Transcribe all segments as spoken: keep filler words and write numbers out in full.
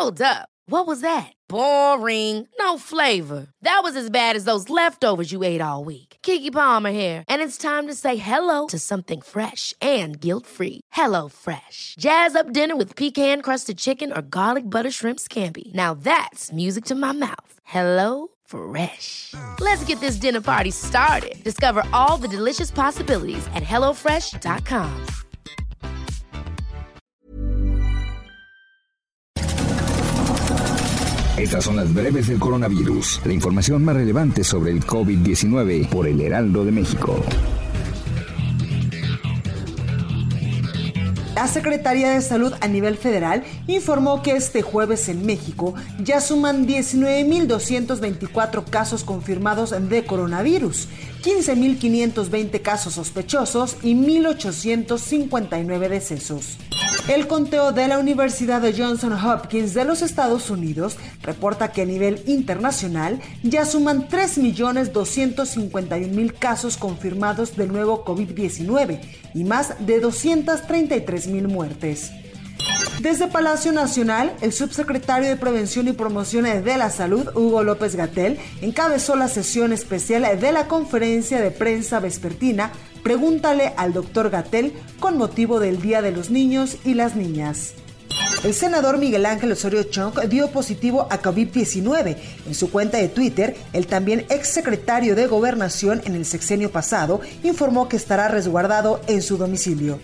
Hold up. What was that? Boring. No flavor. That was as bad as those leftovers you ate all week. Keke Palmer here, and it's time to say hello to something fresh and guilt-free. Hello Fresh. Jazz up dinner with pecan-crusted chicken or garlic butter shrimp scampi. Now that's music to my mouth. Hello Fresh. Let's get this dinner party started. Discover all the delicious possibilities at hello fresh dot com. Estas son las breves del coronavirus, la información más relevante sobre el COVID diecinueve por el Heraldo de México. La Secretaría de Salud a nivel federal informó que este jueves en México ya suman diecinueve mil doscientos veinticuatro casos confirmados de coronavirus, quince mil quinientos veinte casos sospechosos y mil ochocientos cincuenta y nueve decesos. El conteo de la Universidad de Johns Hopkins de los Estados Unidos reporta que a nivel internacional ya suman tres millones doscientos cincuenta y un mil casos confirmados del nuevo COVID diecinueve y más de doscientas treinta y tres mil muertes. Desde Palacio Nacional, el subsecretario de Prevención y Promoción de la Salud, Hugo López-Gatell, encabezó la sesión especial de la conferencia de prensa vespertina Pregúntale al doctor Gatell con motivo del Día de los Niños y las Niñas. El senador Miguel Ángel Osorio Chong dio positivo a COVID diecinueve. En su cuenta de Twitter, el también exsecretario de Gobernación en el sexenio pasado informó que estará resguardado en su domicilio.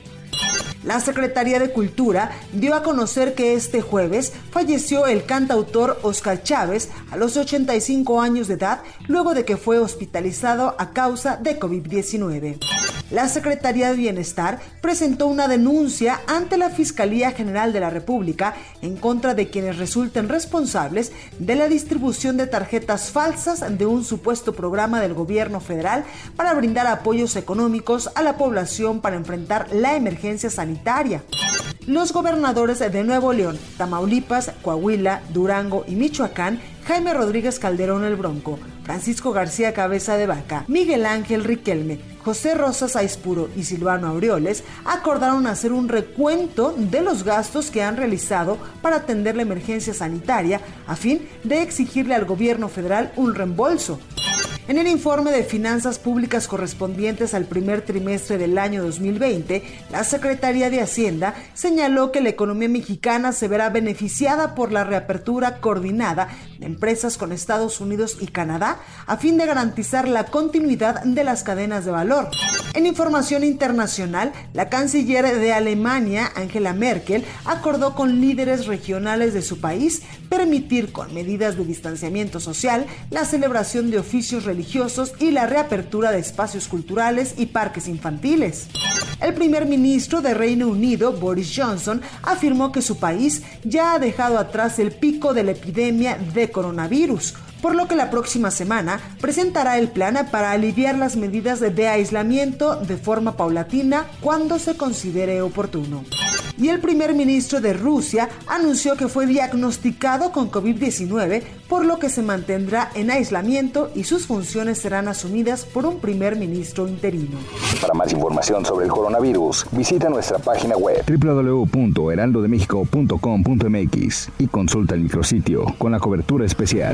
La Secretaría de Cultura dio a conocer que este jueves falleció el cantautor Óscar Chávez a los ochenta y cinco años de edad luego de que fue hospitalizado a causa de COVID diecinueve. La Secretaría de Bienestar presentó una denuncia ante la Fiscalía General de la República en contra de quienes resulten responsables de la distribución de tarjetas falsas de un supuesto programa del gobierno federal para brindar apoyos económicos a la población para enfrentar la emergencia sanitaria. Los gobernadores de Nuevo León, Tamaulipas, Coahuila, Durango y Michoacán, Jaime Rodríguez Calderón el Bronco, Francisco García Cabeza de Vaca, Miguel Ángel Riquelme, José Rosas Aispuro y Silvano Aureoles acordaron hacer un recuento de los gastos que han realizado para atender la emergencia sanitaria a fin de exigirle al gobierno federal un reembolso. En el informe de finanzas públicas correspondientes al primer trimestre del año dos mil veinte, la Secretaría de Hacienda señaló que la economía mexicana se verá beneficiada por la reapertura coordinada de empresas con Estados Unidos y Canadá a fin de garantizar la continuidad de las cadenas de valor. En información internacional, la canciller de Alemania, Angela Merkel, acordó con líderes regionales de su país permitir con medidas de distanciamiento social la celebración de oficios religiosos y la reapertura de espacios culturales y parques infantiles. El primer ministro de Reino Unido, Boris Johnson, afirmó que su país ya ha dejado atrás el pico de la epidemia de coronavirus, por lo que la próxima semana presentará el plan para aliviar las medidas de aislamiento de forma paulatina cuando se considere oportuno. Y el primer ministro de Rusia anunció que fue diagnosticado con COVID diecinueve, por lo que se mantendrá en aislamiento y sus funciones serán asumidas por un primer ministro interino. Para más información sobre el coronavirus, visita nuestra página web doble u doble u doble u punto heraldo de méxico punto com punto m x y consulta el micrositio con la cobertura especial.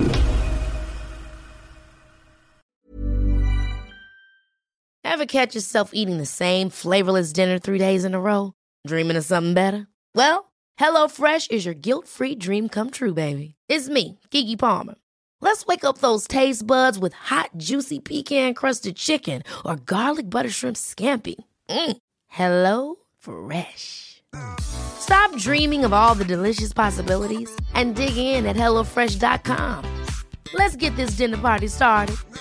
Ever catch yourself eating the same flavorless dinner three days in a row? Dreaming of something better? Well, HelloFresh is your guilt-free dream come true, baby. It's me, Keke Palmer. Let's wake up those taste buds with hot, juicy pecan-crusted chicken or garlic butter shrimp scampi. Mm. Hello Fresh. Stop dreaming of all the delicious possibilities and dig in at hello fresh dot com. Let's get this dinner party started.